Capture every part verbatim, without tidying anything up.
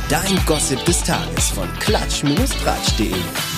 Dein Gossip des Tages von klatsch Tratsch punkt de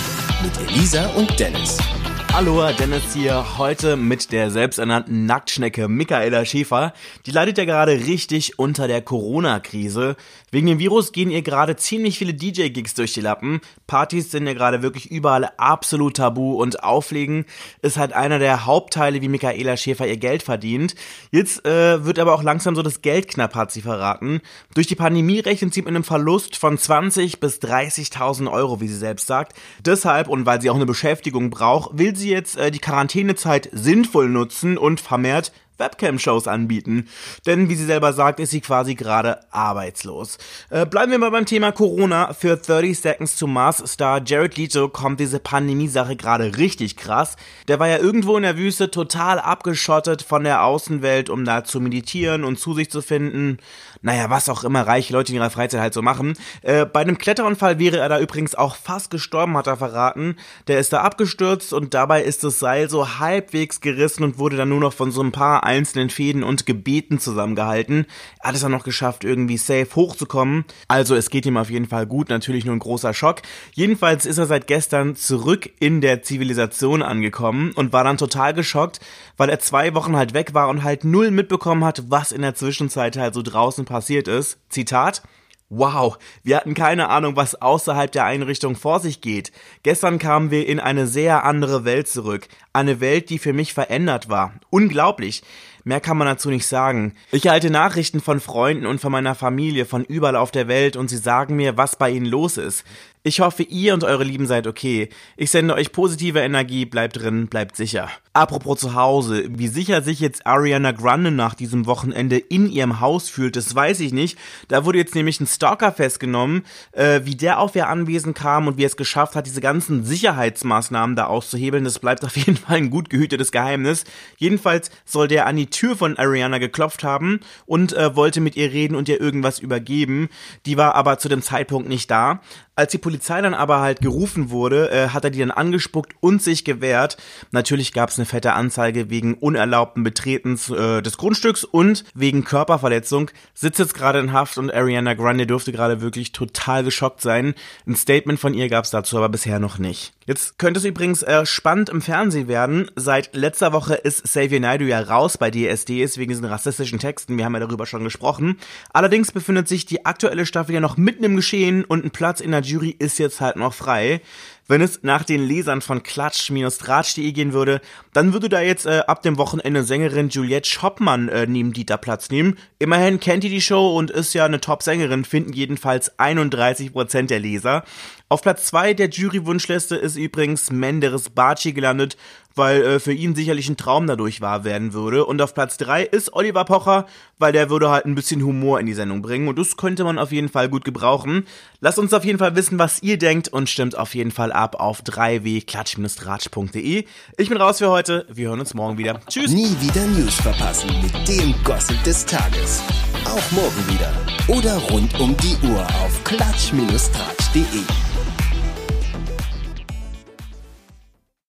mit Elisa und Dennis. Hallo, Dennis hier, heute mit der selbsternannten Nacktschnecke Michaela Schäfer. Die leidet ja gerade richtig unter der Corona-Krise. Wegen dem Virus gehen ihr gerade ziemlich viele D J-Gigs durch die Lappen. Partys sind ja gerade wirklich überall absolut tabu und Auflegen ist halt einer der Hauptteile, wie Michaela Schäfer ihr Geld verdient. Jetzt äh, wird aber auch langsam so das Geld knapp, hat sie verraten. Durch die Pandemie rechnet sie mit einem Verlust von zwanzig bis dreißigtausend Euro, wie sie selbst sagt. Deshalb, und weil sie auch eine Beschäftigung braucht, will sie sie jetzt äh, die Quarantänezeit sinnvoll nutzen und vermehrt Webcam-Shows anbieten. Denn, wie sie selber sagt, ist sie quasi gerade arbeitslos. Äh, bleiben wir mal beim Thema Corona. Für thirty Seconds to Mars-Star Jared Leto kommt diese Pandemie-Sache gerade richtig krass. Der war ja irgendwo in der Wüste total abgeschottet von der Außenwelt, um da zu meditieren und zu sich zu finden. Naja, was auch immer reiche Leute in ihrer Freizeit halt so machen. Äh, bei einem Kletterunfall wäre er da übrigens auch fast gestorben, hat er verraten. Der ist da abgestürzt und dabei ist das Seil so halbwegs gerissen und wurde dann nur noch von so ein paar einzelnen Fäden und Gebeten zusammengehalten. Er hat es dann noch geschafft, irgendwie safe hochzukommen. Also es geht ihm auf jeden Fall gut, natürlich nur ein großer Schock. Jedenfalls ist er seit gestern zurück in der Zivilisation angekommen und war dann total geschockt, weil er zwei Wochen halt weg war und halt null mitbekommen hat, was in der Zwischenzeit halt so draußen passiert ist. Zitat: Wow, wir hatten keine Ahnung, was außerhalb der Einrichtung vor sich geht. Gestern kamen wir in eine sehr andere Welt zurück. Eine Welt, die für mich verändert war. Unglaublich. Mehr kann man dazu nicht sagen. Ich erhalte Nachrichten von Freunden und von meiner Familie von überall auf der Welt und sie sagen mir, was bei ihnen los ist. Ich hoffe, ihr und eure Lieben seid okay. Ich sende euch positive Energie, bleibt drin, bleibt sicher. Apropos zu Hause, wie sicher sich jetzt Ariana Grande nach diesem Wochenende in ihrem Haus fühlt, das weiß ich nicht. Da wurde jetzt nämlich ein Stalker festgenommen, äh, wie der auf ihr Anwesen kam und wie er es geschafft hat, diese ganzen Sicherheitsmaßnahmen da auszuhebeln, das bleibt auf jeden Fall ein gut gehütetes Geheimnis. Jedenfalls soll der an die Tür von Ariana geklopft haben und äh, wollte mit ihr reden und ihr irgendwas übergeben. Die war aber zu dem Zeitpunkt nicht da. Als die Polizei dann aber halt gerufen wurde, äh, hat er die dann angespuckt und sich gewehrt. Natürlich gab es eine fette Anzeige wegen unerlaubten Betretens äh, des Grundstücks und wegen Körperverletzung. Sitzt jetzt gerade in Haft und Ariana Grande dürfte gerade wirklich total geschockt sein. Ein Statement von ihr gab es dazu aber bisher noch nicht. Jetzt könnte es übrigens äh, spannend im Fernsehen werden. Seit letzter Woche ist Xavier Naidoo ja raus bei D S D S wegen diesen rassistischen Texten. Wir haben ja darüber schon gesprochen. Allerdings befindet sich die aktuelle Staffel ja noch mitten im Geschehen und ein Platz in der Jury ist jetzt halt noch frei. Wenn es nach den Lesern von klatsch Tratsch punkt de gehen würde, dann würde da jetzt äh, ab dem Wochenende Sängerin Juliette Schoppmann äh, neben Dieter Platz nehmen. Immerhin kennt ihr die Show und ist ja eine Top-Sängerin, finden jedenfalls einunddreißig Prozent der Leser. Auf Platz zwei der Jury-Wunschliste ist übrigens Menderes Baci gelandet, weil äh, für ihn sicherlich ein Traum dadurch wahr werden würde. Und auf Platz drei ist Oliver Pocher, weil der würde halt ein bisschen Humor in die Sendung bringen. Und das könnte man auf jeden Fall gut gebrauchen. Lasst uns auf jeden Fall wissen, was ihr denkt und stimmt auf jeden Fall ab auf w w w punkt klatsch Tratsch punkt de. Ich bin raus für heute. Wir hören uns morgen wieder. Tschüss. Nie wieder News verpassen mit dem Gossip des Tages. Auch morgen wieder. Oder rund um die Uhr auf klatsch Tratsch punkt de.